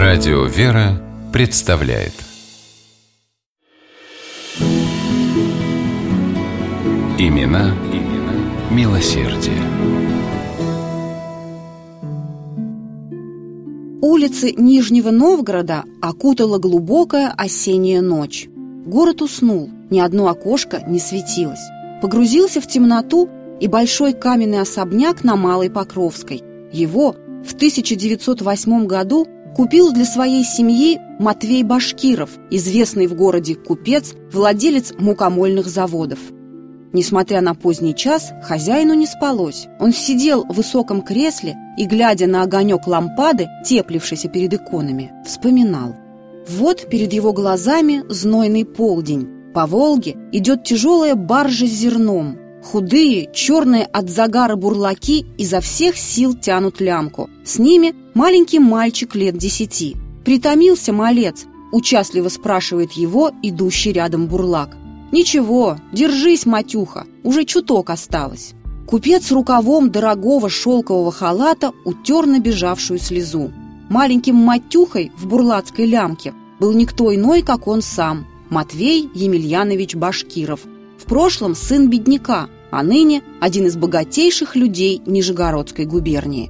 Радио «Вера» представляет Имена милосердия. Улицы Нижнего Новгорода окутала глубокая осенняя ночь. Город уснул, ни одно окошко не светилось. Погрузился в темноту и большой каменный особняк на Малой Покровской. Его в 1908 году купил для своей семьи Матвей Башкиров, известный в городе купец, владелец мукомольных заводов. Несмотря на поздний час, хозяину не спалось. Он сидел в высоком кресле и, глядя на огонек лампады, теплившийся перед иконами, вспоминал. Вот перед его глазами знойный полдень. По Волге идет тяжелая баржа с зерном. Худые, черные от загара бурлаки изо всех сил тянут лямку. С ними маленький мальчик лет 10. Притомился малец, участливо спрашивает его идущий рядом бурлак. «Ничего, держись, Матюха, уже чуток осталось». Купец рукавом дорогого шелкового халата утер набежавшую слезу. Маленьким Матюхой в бурлацкой лямке был никто иной, как он сам, Матвей Емельянович Башкиров. В прошлом сын бедняка, а ныне один из богатейших людей Нижегородской губернии.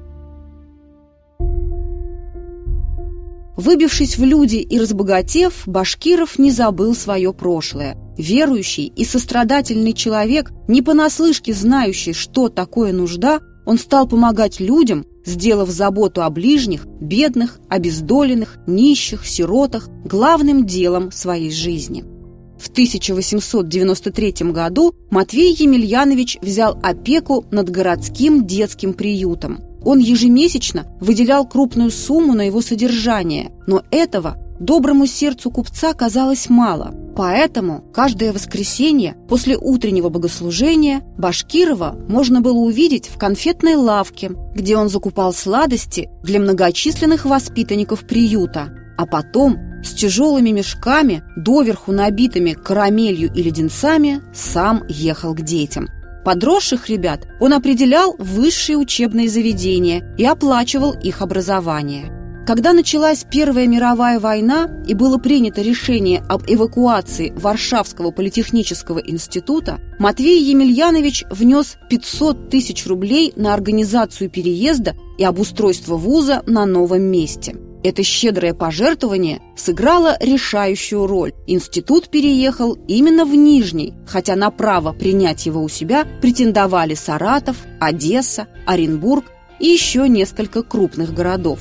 Выбившись в люди и разбогатев, Башкиров не забыл свое прошлое. Верующий и сострадательный человек, не понаслышке знающий, что такое нужда, он стал помогать людям, сделав заботу о ближних, бедных, обездоленных, нищих, сиротах главным делом своей жизни. В 1893 году Матвей Емельянович взял опеку над городским детским приютом. Он ежемесячно выделял крупную сумму на его содержание, но этого доброму сердцу купца казалось мало. Поэтому каждое воскресенье после утреннего богослужения Башкирова можно было увидеть в конфетной лавке, где он закупал сладости для многочисленных воспитанников приюта, а потом с тяжелыми мешками, доверху набитыми карамелью и леденцами, сам ехал к детям. Подросших ребят он определял в высшие учебные заведения и оплачивал их образование. Когда началась Первая мировая война и было принято решение об эвакуации Варшавского политехнического института, Матвей Емельянович внес 500 тысяч рублей на организацию переезда и обустройство вуза на новом месте. Это щедрое пожертвование сыграло решающую роль. Институт переехал именно в Нижний, хотя на право принять его у себя претендовали Саратов, Одесса, Оренбург и еще несколько крупных городов.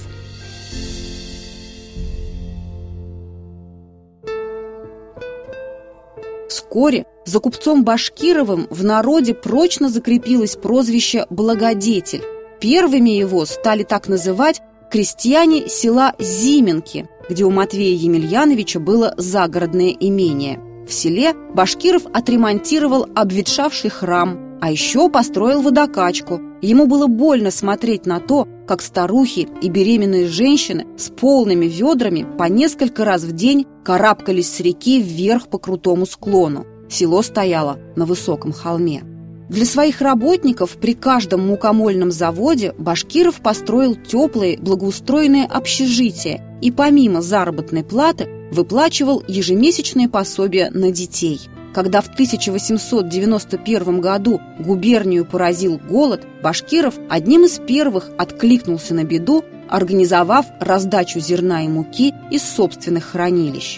Вскоре за купцом Башкировым в народе прочно закрепилось прозвище «Благодетель». Первыми его стали так называть крестьяне села Зименки, где у Матвея Емельяновича было загородное имение. В селе Башкиров отремонтировал обветшавший храм, а еще построил водокачку. Ему было больно смотреть на то, как старухи и беременные женщины с полными ведрами по несколько раз в день карабкались с реки вверх по крутому склону. Село стояло на высоком холме. Для своих работников при каждом мукомольном заводе Башкиров построил теплые, благоустроенные общежития и помимо заработной платы выплачивал ежемесячные пособия на детей. Когда в 1891 году губернию поразил голод, Башкиров одним из первых откликнулся на беду, организовав раздачу зерна и муки из собственных хранилищ.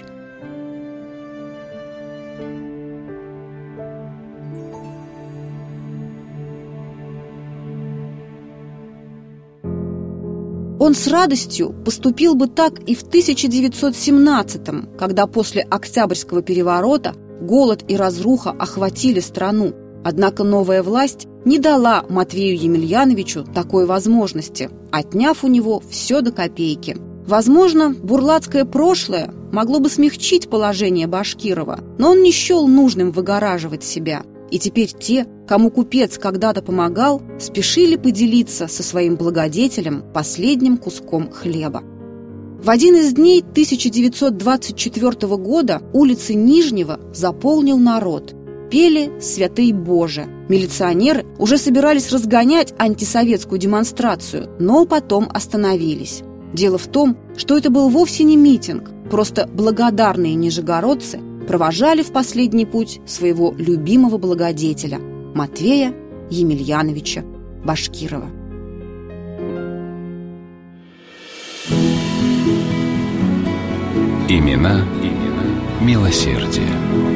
Он с радостью поступил бы так и в 1917-м, когда после Октябрьского переворота голод и разруха охватили страну. Однако новая власть не дала Матвею Емельяновичу такой возможности, отняв у него все до копейки. Возможно, бурлацкое прошлое могло бы смягчить положение Башкирова, но он не счел нужным выгораживать себя. И теперь те, кому купец когда-то помогал, спешили поделиться со своим благодетелем последним куском хлеба. В один из дней 1924 года улицы Нижнего заполнил народ. Пели «Святый Боже». Милиционеры уже собирались разгонять антисоветскую демонстрацию, но потом остановились. Дело в том, что это был вовсе не митинг, просто благодарные нижегородцы провожали в последний путь своего любимого благодетеля Матвея Емельяновича Башкирова. Имена милосердия.